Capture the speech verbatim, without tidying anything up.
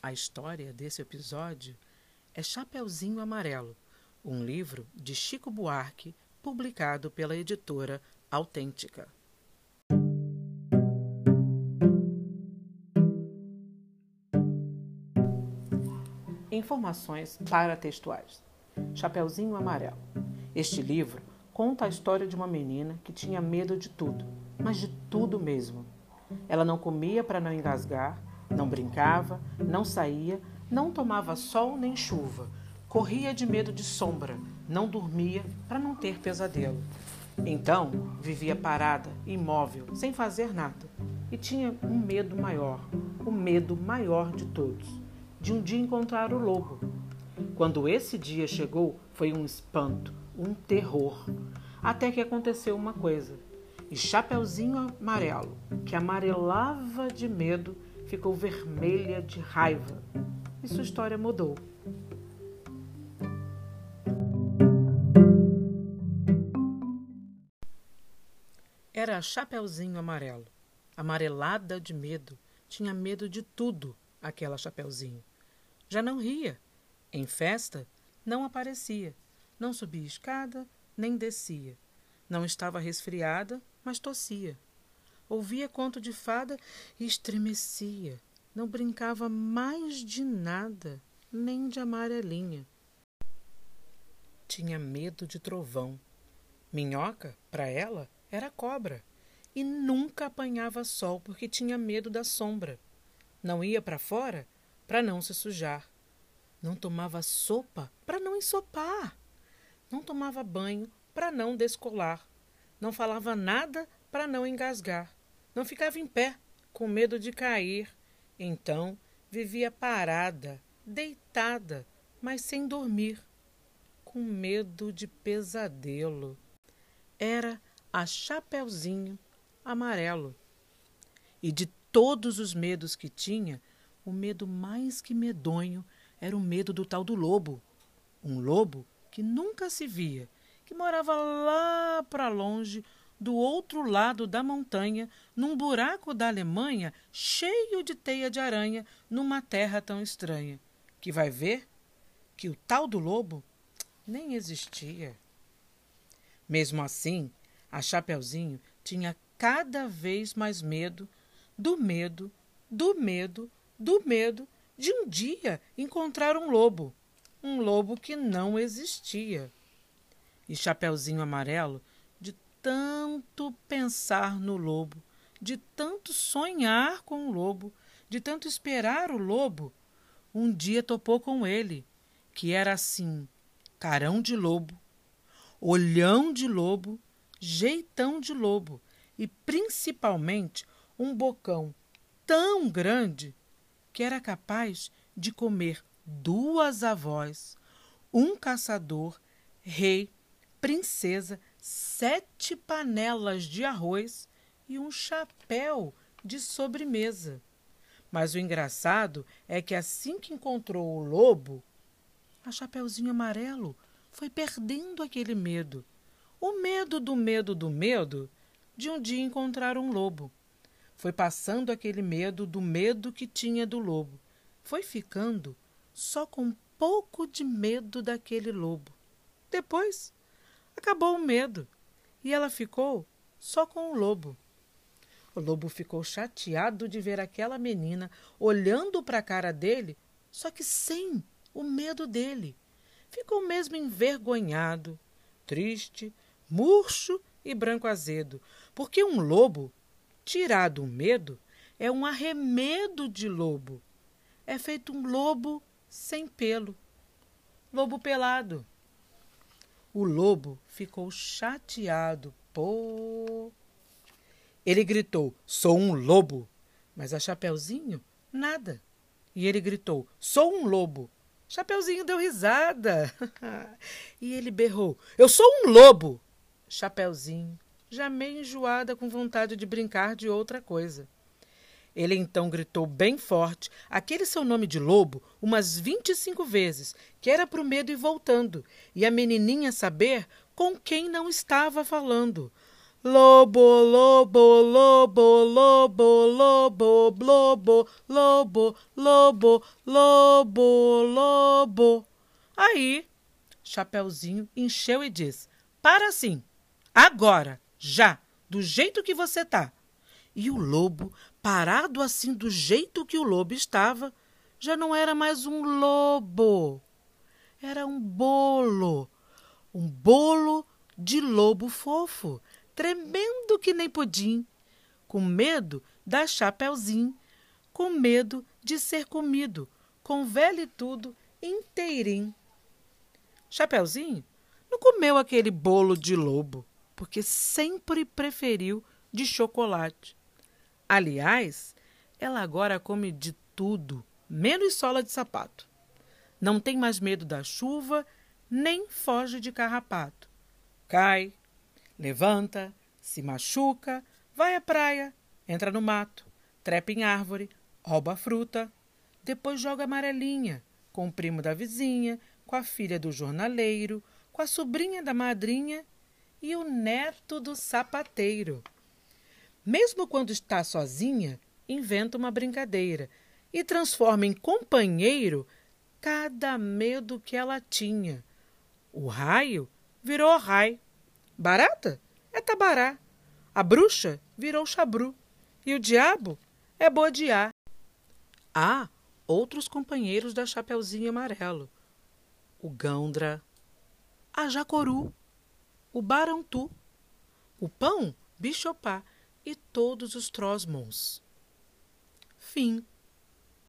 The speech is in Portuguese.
A história desse episódio é Chapeuzinho Amarelo, um livro de Chico Buarque, publicado pela editora Autêntica. Informações paratextuais. Chapeuzinho Amarelo. Este livro conta a história de uma menina que tinha medo de tudo, mas de tudo mesmo. Ela não comia para não engasgar, não brincava, não saía, não tomava sol nem chuva, corria de medo de sombra, não dormia para não ter pesadelo. Então, vivia parada, imóvel, sem fazer nada. E tinha um medo maior, o medo maior de todos, de um dia encontrar o lobo. Quando esse dia chegou, foi um espanto, um terror. Até que aconteceu uma coisa. E Chapeuzinho Amarelo, que amarelava de medo, ficou vermelha de raiva. E sua história mudou. Era a Chapeuzinho Amarelo. Amarelada de medo, tinha medo de tudo, aquela Chapeuzinho. Já não ria. Em festa, não aparecia. Não subia escada, nem descia. Não estava resfriada, mas tossia. Ouvia conto de fada e estremecia. Não brincava mais de nada, nem de amarelinha. Tinha medo de trovão. Minhoca, para ela, era cobra. E nunca apanhava sol porque tinha medo da sombra. Não ia para fora para não se sujar. Não tomava sopa para não ensopar. Não tomava banho para não descolar. Não falava nada para não engasgar. Não ficava em pé, com medo de cair. Então, vivia parada, deitada, mas sem dormir, com medo de pesadelo. Era a Chapeuzinho Amarelo. E de todos os medos que tinha, o medo mais que medonho era o medo do tal do lobo. Um lobo que nunca se via, que morava lá para longe, do outro lado da montanha, num buraco da Alemanha, cheio de teia de aranha, numa terra tão estranha, que vai ver que o tal do lobo nem existia. Mesmo assim, a Chapeuzinho tinha cada vez mais medo, do medo, do medo, do medo de um dia encontrar um lobo, um lobo que não existia. E Chapeuzinho Amarelo, de tanto pensar no lobo, de tanto sonhar com o lobo, de tanto esperar o lobo, um dia topou com ele, que era assim, carão de lobo, olhão de lobo, jeitão de lobo e principalmente um bocão tão grande que era capaz de comer duas avós, um caçador, rei, princesa, sete panelas de arroz e um chapéu de sobremesa. Mas o engraçado é que assim que encontrou o lobo, a Chapeuzinho Amarelo foi perdendo aquele medo. O medo do medo do medo de um dia encontrar um lobo. Foi passando aquele medo do medo que tinha do lobo. Foi ficando só com um pouco de medo daquele lobo. Depois, acabou o medo e ela ficou só com o lobo. O lobo ficou chateado de ver aquela menina olhando para a cara dele, só que sem o medo dele. Ficou mesmo envergonhado, triste, murcho e branco azedo, porque um lobo, tirado o medo, é um arremedo de lobo. É feito um lobo sem pelo, lobo pelado. O lobo ficou chateado. Pô! Ele gritou, sou um lobo. Mas a Chapeuzinho, nada. E ele gritou, sou um lobo. Chapeuzinho deu risada. E ele berrou, eu sou um lobo. Chapeuzinho, já meio enjoada, com vontade de brincar de outra coisa. Ele então gritou bem forte aquele seu nome de lobo umas vinte e cinco vezes, que era pro medo ir voltando, e a menininha saber com quem não estava falando. Lobo, lobo, lobo, lobo, lobo, lobo, lobo, lobo, lobo, lobo. Aí, Chapeuzinho encheu e disse: para sim, agora, já, do jeito que você tá. E o lobo, parado assim do jeito que o lobo estava, já não era mais um lobo. Era um bolo, um bolo de lobo fofo, tremendo que nem pudim, com medo da Chapeuzinho, com medo de ser comido, com velho e tudo, inteirinho. Chapeuzinho não comeu aquele bolo de lobo, porque sempre preferiu de chocolate. Aliás, ela agora come de tudo, menos sola de sapato. Não tem mais medo da chuva, nem foge de carrapato. Cai, levanta, se machuca, vai à praia, entra no mato, trepa em árvore, rouba fruta, depois joga amarelinha com o primo da vizinha, com a filha do jornaleiro, com a sobrinha da madrinha e o neto do sapateiro. Mesmo quando está sozinha, inventa uma brincadeira e transforma em companheiro cada medo que ela tinha. O raio virou rai, barata é tabará, a bruxa virou chabru e o diabo é bodiá. Há outros companheiros da Chapeuzinho Amarelo: o gândra, a jacoru, o barantu, o pão bichopá e todos os trosmons. Fim.